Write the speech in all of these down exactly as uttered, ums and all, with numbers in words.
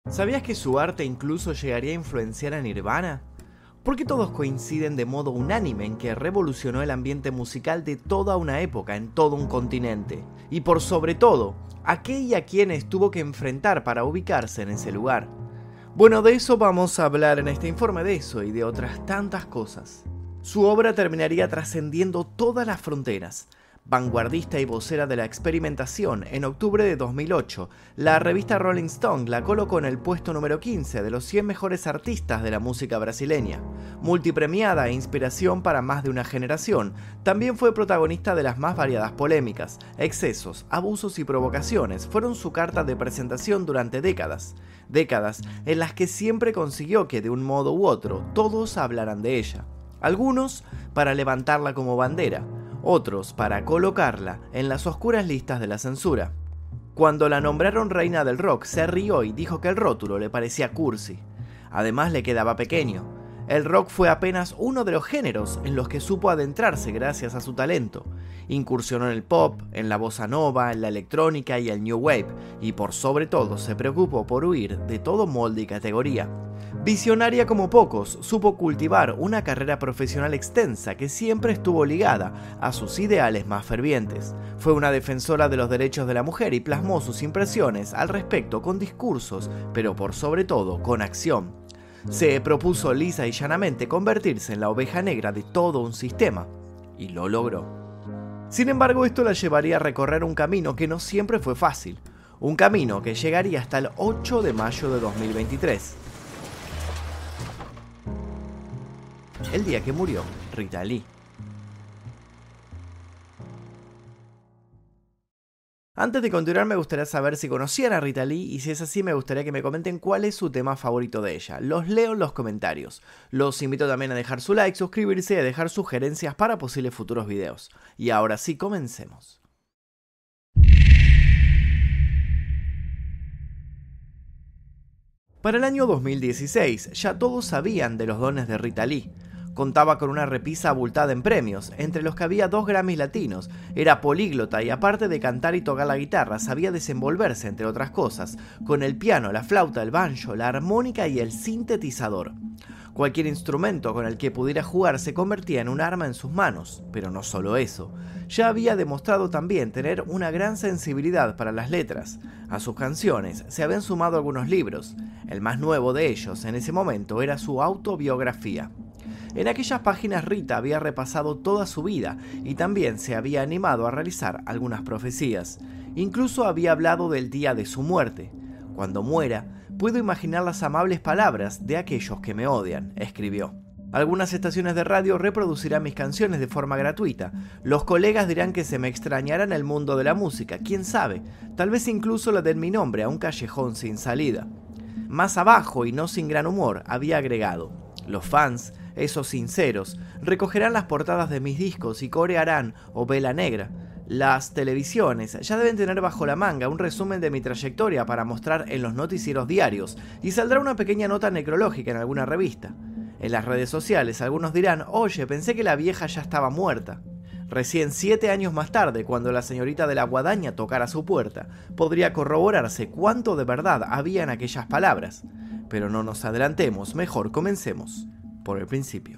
¿Sabías que su arte incluso llegaría a influenciar a Nirvana? Porque todos coinciden de modo unánime en que revolucionó el ambiente musical de toda una época en todo un continente. Y por sobre todo, ¿a qué y a quiénes tuvo que enfrentar para ubicarse en ese lugar? Bueno, de eso vamos a hablar en este informe, de eso y de otras tantas cosas. Su obra terminaría trascendiendo todas las fronteras. Vanguardista y vocera de la experimentación, en octubre de dos mil ocho, la revista Rolling Stone la colocó en el puesto número quince de los cien mejores artistas de la música brasileña. Multipremiada e inspiración para más de una generación, también fue protagonista de las más variadas polémicas. Excesos, abusos y provocaciones fueron su carta de presentación durante décadas. Décadas en las que siempre consiguió que de un modo u otro todos hablaran de ella. Algunos para levantarla como bandera, otros para colocarla en las oscuras listas de la censura. Cuando la nombraron reina del rock, se rió y dijo que el rótulo le parecía cursi. Además, le quedaba pequeño. El rock fue apenas uno de los géneros en los que supo adentrarse gracias a su talento. Incursionó en el pop, en la bossa nova, en la electrónica y el new wave, y por sobre todo se preocupó por huir de todo molde y categoría. Visionaria como pocos, supo cultivar una carrera profesional extensa que siempre estuvo ligada a sus ideales más fervientes. Fue una defensora de los derechos de la mujer y plasmó sus impresiones al respecto con discursos, pero por sobre todo con acción. Se propuso lisa y llanamente convertirse en la oveja negra de todo un sistema, y lo logró. Sin embargo, esto la llevaría a recorrer un camino que no siempre fue fácil, un camino que llegaría hasta el ocho de mayo de dos mil veintitrés. El día que murió Rita Lee. Antes de continuar, me gustaría saber si conocían a Rita Lee, y si es así me gustaría que me comenten cuál es su tema favorito de ella. Los leo en los comentarios. Los invito también a dejar su like, suscribirse y a dejar sugerencias para posibles futuros videos. Y ahora sí, comencemos. Para el año dos mil dieciséis, ya todos sabían de los dones de Rita Lee. Contaba con una repisa abultada en premios, entre los que había dos Grammys latinos, era políglota y aparte de cantar y tocar la guitarra, sabía desenvolverse, entre otras cosas, con el piano, la flauta, el banjo, la armónica y el sintetizador. Cualquier instrumento con el que pudiera jugar se convertía en un arma en sus manos, pero no solo eso. Ya había demostrado también tener una gran sensibilidad para las letras. A sus canciones se habían sumado algunos libros. El más nuevo de ellos en ese momento era su autobiografía. En aquellas páginas Rita había repasado toda su vida y también se había animado a realizar algunas profecías. Incluso había hablado del día de su muerte. Cuando muera, puedo imaginar las amables palabras de aquellos que me odian, escribió. Algunas estaciones de radio reproducirán mis canciones de forma gratuita. Los colegas dirán que se me extrañará en el mundo de la música, quién sabe. Tal vez incluso le den mi nombre a un callejón sin salida. Más abajo, y no sin gran humor, había agregado: los fans, esos sinceros, recogerán las portadas de mis discos y corearán o Vela Negra. Las televisiones ya deben tener bajo la manga un resumen de mi trayectoria para mostrar en los noticieros diarios, y saldrá una pequeña nota necrológica en alguna revista. En las redes sociales algunos dirán: oye, pensé que la vieja ya estaba muerta. Recién siete años más tarde, cuando la señorita de la guadaña tocara su puerta, podría corroborarse cuánto de verdad había en aquellas palabras. Pero no nos adelantemos, mejor comencemos por el principio.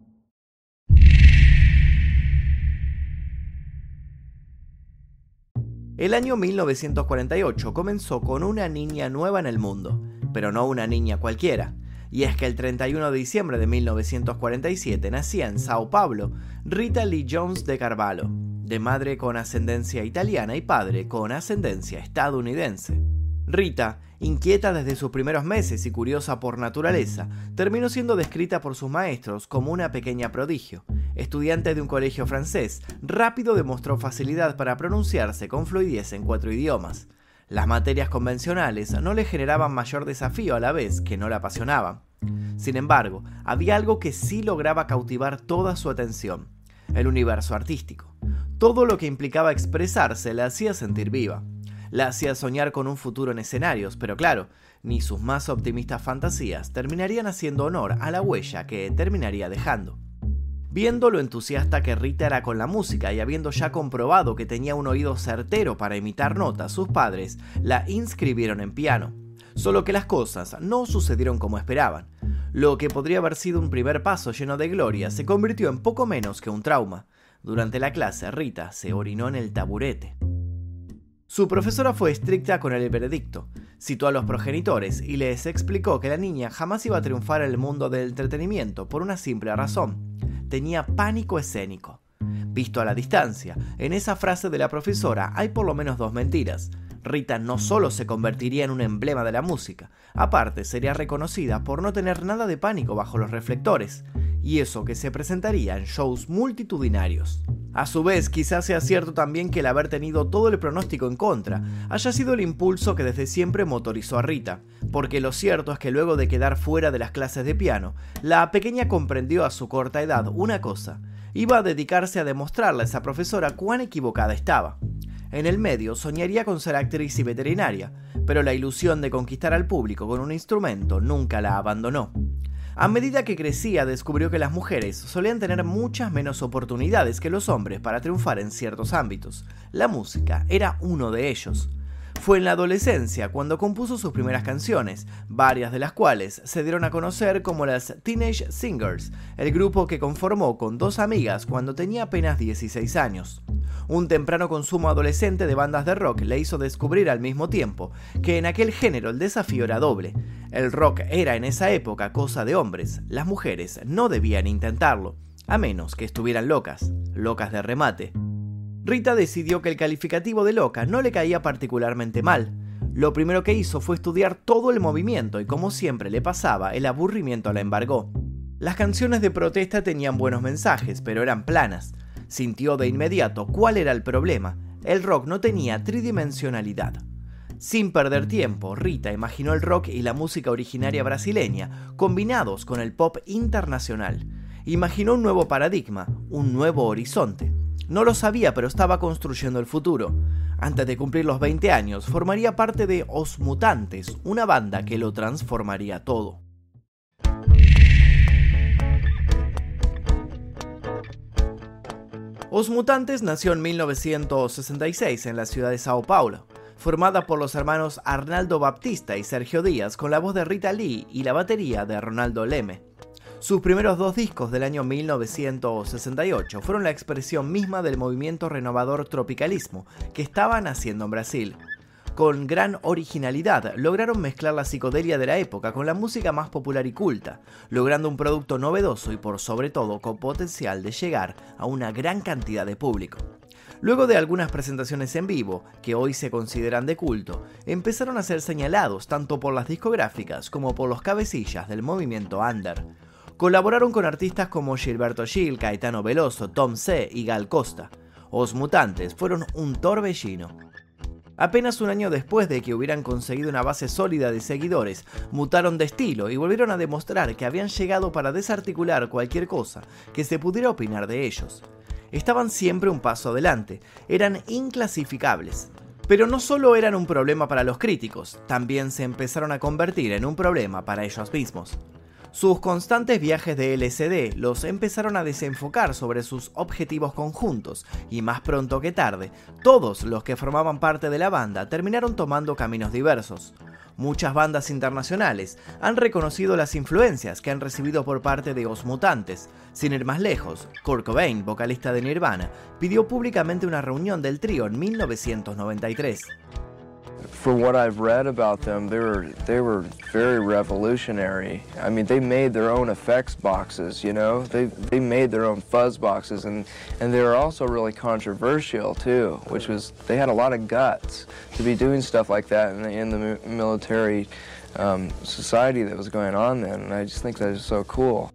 El año mil novecientos cuarenta y ocho comenzó con una niña nueva en el mundo, pero no una niña cualquiera. Y es que el treinta y uno de diciembre de mil novecientos cuarenta y siete nacía en Sao Paulo Rita Lee Jones de Carvalho, de madre con ascendencia italiana y padre con ascendencia estadounidense. Rita, inquieta desde sus primeros meses y curiosa por naturaleza, terminó siendo descrita por sus maestros como una pequeña prodigio. Estudiante de un colegio francés, rápido demostró facilidad para pronunciarse con fluidez en cuatro idiomas. Las materias convencionales no le generaban mayor desafío, a la vez que no la apasionaban. Sin embargo, había algo que sí lograba cautivar toda su atención: el universo artístico. Todo lo que implicaba expresarse la hacía sentir viva. La hacía soñar con un futuro en escenarios, pero claro, ni sus más optimistas fantasías terminarían haciendo honor a la huella que terminaría dejando. Viendo lo entusiasta que Rita era con la música y habiendo ya comprobado que tenía un oído certero para imitar notas, sus padres la inscribieron en piano. solo que las cosas no sucedieron como esperaban. Lo que podría haber sido un primer paso lleno de gloria se convirtió en poco menos que un trauma. Durante la clase, Rita se orinó en el taburete. Su profesora fue estricta con el veredicto. Citó a los progenitores y les explicó que la niña jamás iba a triunfar en el mundo del entretenimiento por una simple razón: tenía pánico escénico. Visto a la distancia, en esa frase de la profesora hay por lo menos dos mentiras. Rita no solo se convertiría en un emblema de la música, aparte sería reconocida por no tener nada de pánico bajo los reflectores, y eso que se presentaría en shows multitudinarios. A su vez, quizás sea cierto también que el haber tenido todo el pronóstico en contra haya sido el impulso que desde siempre motorizó a Rita, porque lo cierto es que luego de quedar fuera de las clases de piano, la pequeña comprendió a su corta edad una cosa: iba a dedicarse a demostrarle a esa profesora cuán equivocada estaba. En el medio soñaría con ser actriz y veterinaria, pero la ilusión de conquistar al público con un instrumento nunca la abandonó. A medida que crecía, descubrió que las mujeres solían tener muchas menos oportunidades que los hombres para triunfar en ciertos ámbitos. La música era uno de ellos. Fue en la adolescencia cuando compuso sus primeras canciones, varias de las cuales se dieron a conocer como las Teenage Singers, el grupo que conformó con dos amigas cuando tenía apenas dieciséis años. Un temprano consumo adolescente de bandas de rock le hizo descubrir al mismo tiempo que en aquel género el desafío era doble. El rock era en esa época cosa de hombres, las mujeres no debían intentarlo, a menos que estuvieran locas, locas de remate. Rita decidió que el calificativo de loca no le caía particularmente mal. Lo primero que hizo fue estudiar todo el movimiento y, como siempre le pasaba, el aburrimiento la embargó. Las canciones de protesta tenían buenos mensajes, pero eran planas. Sintió de inmediato cuál era el problema: el rock no tenía tridimensionalidad. Sin perder tiempo, Rita imaginó el rock y la música originaria brasileña combinados con el pop internacional. Imaginó un nuevo paradigma, un nuevo horizonte. No lo sabía, pero estaba construyendo el futuro. Antes de cumplir los veinte años, formaría parte de Os Mutantes, una banda que lo transformaría todo. Os Mutantes nació en mil novecientos sesenta y seis en la ciudad de Sao Paulo, formada por los hermanos Arnaldo Baptista y Sergio Díaz, con la voz de Rita Lee y la batería de Ronaldo Leme. Sus primeros dos discos del año mil novecientos sesenta y ocho fueron la expresión misma del movimiento renovador tropicalismo que estaba naciendo en Brasil. Con gran originalidad, lograron mezclar la psicodelia de la época con la música más popular y culta, logrando un producto novedoso y por sobre todo con potencial de llegar a una gran cantidad de público. Luego de algunas presentaciones en vivo, que hoy se consideran de culto, empezaron a ser señalados tanto por las discográficas como por los cabecillas del movimiento under. Colaboraron con artistas como Gilberto Gil, Caetano Veloso, Tom C. y Gal Costa. Os Mutantes fueron un torbellino. Apenas un año después de que hubieran conseguido una base sólida de seguidores, mutaron de estilo y volvieron a demostrar que habían llegado para desarticular cualquier cosa que se pudiera opinar de ellos. Estaban siempre un paso adelante, eran inclasificables. Pero no solo eran un problema para los críticos, también se empezaron a convertir en un problema para ellos mismos. Sus constantes viajes de L S D los empezaron a desenfocar sobre sus objetivos conjuntos y más pronto que tarde, todos los que formaban parte de la banda terminaron tomando caminos diversos. Muchas bandas internacionales han reconocido las influencias que han recibido por parte de Os Mutantes. Sin ir más lejos, Kurt Cobain, vocalista de Nirvana, pidió públicamente una reunión del trío en mil novecientos noventa y tres. For what I've read about them, they were they were very revolutionary. I mean, they made their own effects boxes, you know. They they made their own fuzz boxes, and and they were also really controversial too, which was they had a lot of guts to be doing stuff like that in the, in the military um, society that was going on then. And I just think that is so cool.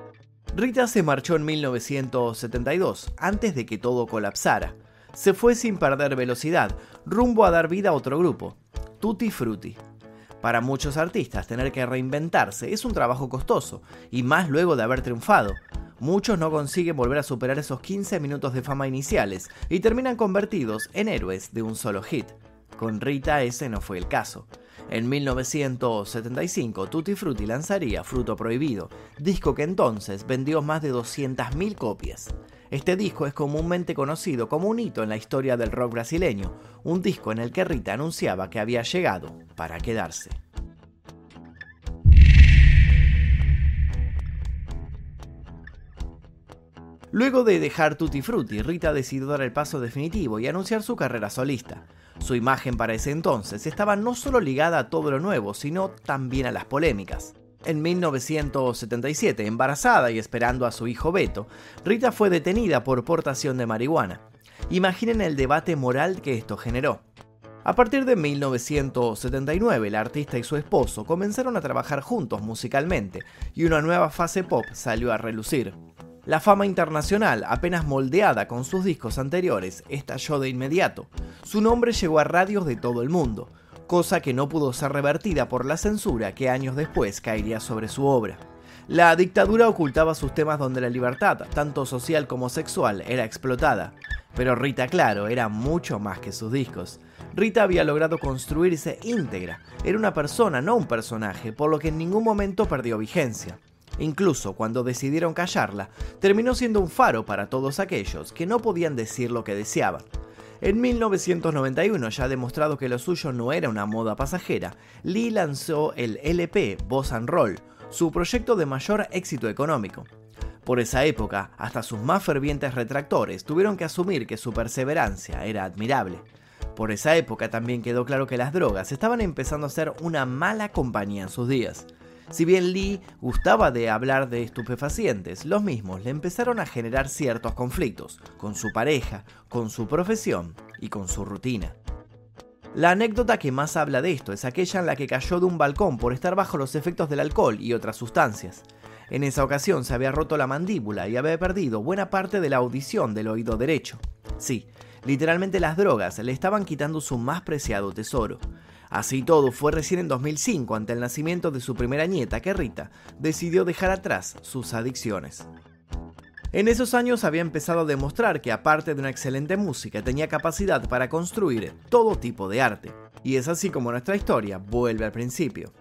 Rita se marchó en mil novecientos setenta y dos, antes de que todo colapsara. Se fue sin perder velocidad, rumbo a dar vida a otro grupo, Tutti Frutti. Para muchos artistas, tener que reinventarse es un trabajo costoso, y más luego de haber triunfado. Muchos no consiguen volver a superar esos quince minutos de fama iniciales y terminan convertidos en héroes de un solo hit. Con Rita ese no fue el caso. En mil novecientos setenta y cinco, Tutti Frutti lanzaría Fruto Prohibido, disco que entonces vendió más de doscientas mil copias. Este disco es comúnmente conocido como un hito en la historia del rock brasileño, un disco en el que Rita anunciaba que había llegado para quedarse. Luego de dejar Tutti Frutti, Rita decidió dar el paso definitivo y anunciar su carrera solista. Su imagen para ese entonces estaba no solo ligada a todo lo nuevo, sino también a las polémicas. En mil novecientos setenta y siete, embarazada y esperando a su hijo Beto, Rita fue detenida por portación de marihuana. Imaginen el debate moral que esto generó. A partir de mil novecientos setenta y nueve, la artista y su esposo comenzaron a trabajar juntos musicalmente y una nueva fase pop salió a relucir. La fama internacional, apenas moldeada con sus discos anteriores, estalló de inmediato. Su nombre llegó a radios de todo el mundo, cosa que no pudo ser revertida por la censura que años después caería sobre su obra. La dictadura ocultaba sus temas donde la libertad, tanto social como sexual, era explotada. Pero Rita, claro, era mucho más que sus discos. Rita había logrado construirse íntegra. Era una persona, no un personaje, por lo que en ningún momento perdió vigencia. Incluso cuando decidieron callarla, terminó siendo un faro para todos aquellos que no podían decir lo que deseaban. En mil novecientos noventa y uno, ya demostrado que lo suyo no era una moda pasajera, Lee lanzó el L P Boss and Roll, su proyecto de mayor éxito económico. Por esa época, hasta sus más fervientes retractores tuvieron que asumir que su perseverancia era admirable. Por esa época también quedó claro que las drogas estaban empezando a ser una mala compañía en sus días. Si bien Lee gustaba de hablar de estupefacientes, los mismos le empezaron a generar ciertos conflictos, con su pareja, con su profesión y con su rutina. La anécdota que más habla de esto es aquella en la que cayó de un balcón por estar bajo los efectos del alcohol y otras sustancias. En esa ocasión se había roto la mandíbula y había perdido buena parte de la audición del oído derecho. Sí, literalmente las drogas le estaban quitando su más preciado tesoro. Así todo, fue recién en dos mil cinco, ante el nacimiento de su primera nieta, que Rita decidió dejar atrás sus adicciones. En esos años había empezado a demostrar que, aparte de una excelente música, tenía capacidad para construir todo tipo de arte. Y es así como nuestra historia vuelve al principio.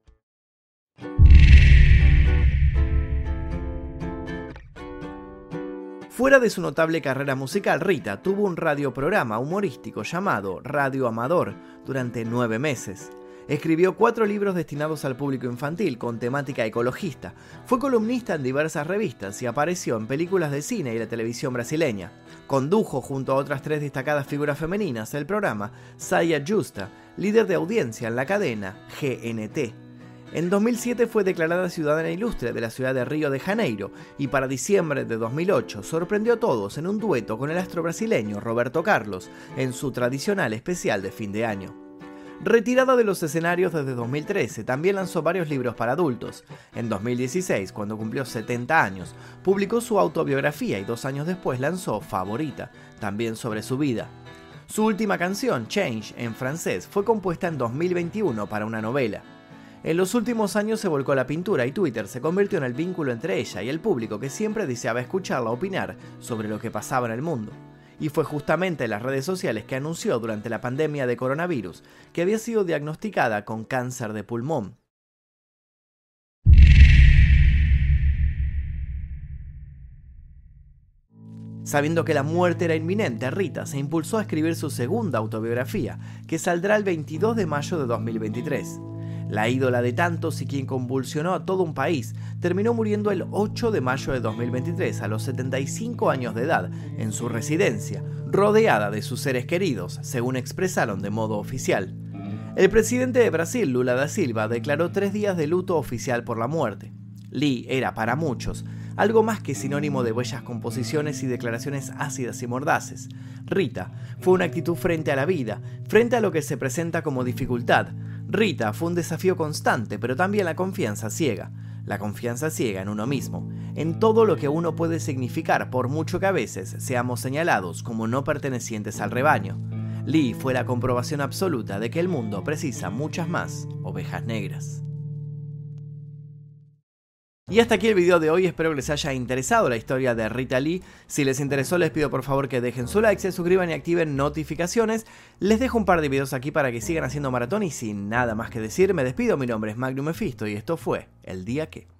Fuera de su notable carrera musical, Rita tuvo un radioprograma humorístico llamado Radio Amador durante nueve meses. Escribió cuatro libros destinados al público infantil con temática ecologista. Fue columnista en diversas revistas y apareció en películas de cine y la televisión brasileña. Condujo junto a otras tres destacadas figuras femeninas el programa Saia Justa, líder de audiencia en la cadena G N T. En dos mil siete fue declarada ciudadana ilustre de la ciudad de Río de Janeiro y para diciembre de dos mil ocho sorprendió a todos en un dueto con el astro brasileño Roberto Carlos en su tradicional especial de fin de año. Retirada de los escenarios desde dos mil trece, también lanzó varios libros para adultos. En dos mil dieciséis, cuando cumplió setenta años, publicó su autobiografía y dos años después lanzó Favorita, también sobre su vida. Su última canción, Change, en francés, fue compuesta en dos mil veintiuno para una novela. En los últimos años se volcó a la pintura y Twitter se convirtió en el vínculo entre ella y el público que siempre deseaba escucharla opinar sobre lo que pasaba en el mundo. Y fue justamente en las redes sociales que anunció durante la pandemia de coronavirus que había sido diagnosticada con cáncer de pulmón. Sabiendo que la muerte era inminente, Rita se impulsó a escribir su segunda autobiografía, que saldrá el veintidós de mayo de dos mil veintitrés. La ídola de tantos y quien convulsionó a todo un país, terminó muriendo el ocho de mayo de dos mil veintitrés a los setenta y cinco años de edad en su residencia, rodeada de sus seres queridos, según expresaron de modo oficial. El presidente de Brasil, Lula da Silva, declaró tres días de luto oficial por la muerte. Lee era, para muchos, algo más que sinónimo de bellas composiciones y declaraciones ácidas y mordaces. Rita fue una actitud frente a la vida, frente a lo que se presenta como dificultad. Rita fue un desafío constante, pero también la confianza ciega. La confianza ciega en uno mismo, en todo lo que uno puede significar, por mucho que a veces seamos señalados como no pertenecientes al rebaño. Lee fue la comprobación absoluta de que el mundo precisa muchas más ovejas negras. Y hasta aquí el video de hoy, espero que les haya interesado la historia de Rita Lee. Si les interesó, les pido por favor que dejen su like, se suscriban y activen notificaciones. Les dejo un par de videos aquí para que sigan haciendo maratón y sin nada más que decir, me despido. Mi nombre es Magnum Mephisto y esto fue El Día Que.